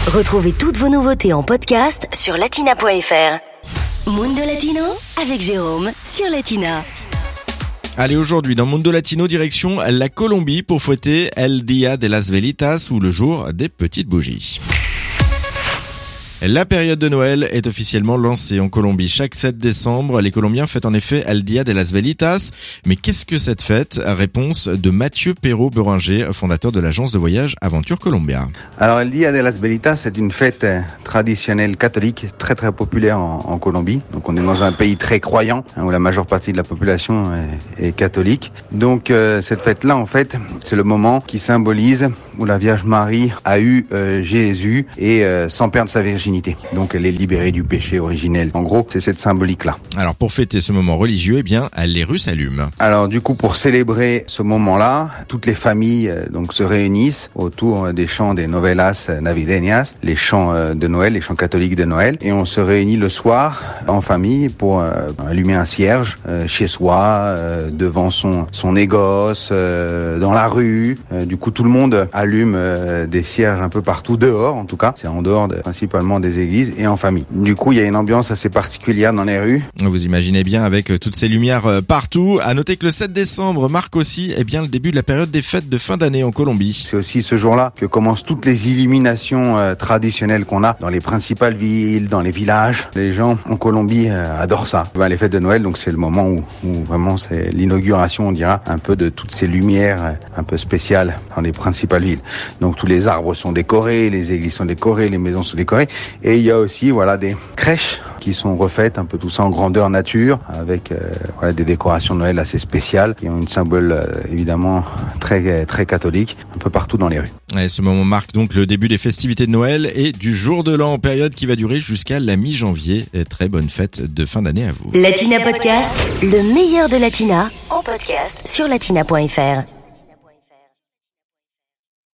Retrouvez toutes vos nouveautés en podcast sur latina.fr. Mundo Latino avec Jérôme sur Latina. Allez, aujourd'hui dans Mundo Latino, direction la Colombie pour fêter El Día de las Velitas ou le jour des petites bougies. La période de Noël est officiellement lancée en Colombie. Chaque 7 décembre, les Colombiens fêtent en effet El Día de las Velitas. Mais qu'est-ce que cette fête? Réponse de Mathieu Perrault-Beringer, fondateur de l'agence de voyage Aventure Colombia. Alors El Día de las Velitas, c'est une fête traditionnelle catholique très très populaire en Colombie. Donc on est dans un pays très croyant, où la majeure partie de la population est catholique. Donc cette fête-là, en fait, c'est le moment qui symbolise où la Vierge Marie a eu Jésus et sans perdre sa virginité. Donc elle est libérée du péché originel. En gros, c'est cette symbolique-là. Alors pour fêter ce moment religieux, eh bien, les rues s'allument. Alors du coup, pour célébrer ce moment-là, toutes les familles donc se réunissent autour des chants des novelas navideñas, les chants de Noël, les chants catholiques de Noël. Et on se réunit le soir en famille pour allumer un cierge chez soi, devant son négoce, dans la rue. Du coup, tout le monde allume des cierges un peu partout, dehors en tout cas. C'est en dehors principalement des églises et en famille. Du coup, il y a une ambiance assez particulière dans les rues. Vous imaginez bien avec toutes ces lumières partout. À noter que le 7 décembre marque aussi bien le début de la période des fêtes de fin d'année en Colombie. C'est aussi ce jour-là que commencent toutes les illuminations traditionnelles qu'on a dans les principales villes, dans les villages. Les gens en Colombie adorent ça. Les fêtes de Noël, donc c'est le moment où vraiment c'est l'inauguration, on dira, un peu de toutes ces lumières un peu spéciales dans les principales villes. Donc tous les arbres sont décorés, les églises sont décorées, les maisons sont décorées. Et il y a aussi des crèches qui sont refaites, un peu tout ça en grandeur nature, avec des décorations de Noël assez spéciales, qui ont une symbole évidemment très très catholique, un peu partout dans les rues. Et ce moment marque donc le début des festivités de Noël et du jour de l'an, période qui va durer jusqu'à la mi-janvier. Et très bonne fête de fin d'année à vous. Latina Podcast, le meilleur de Latina, en podcast sur latina.fr.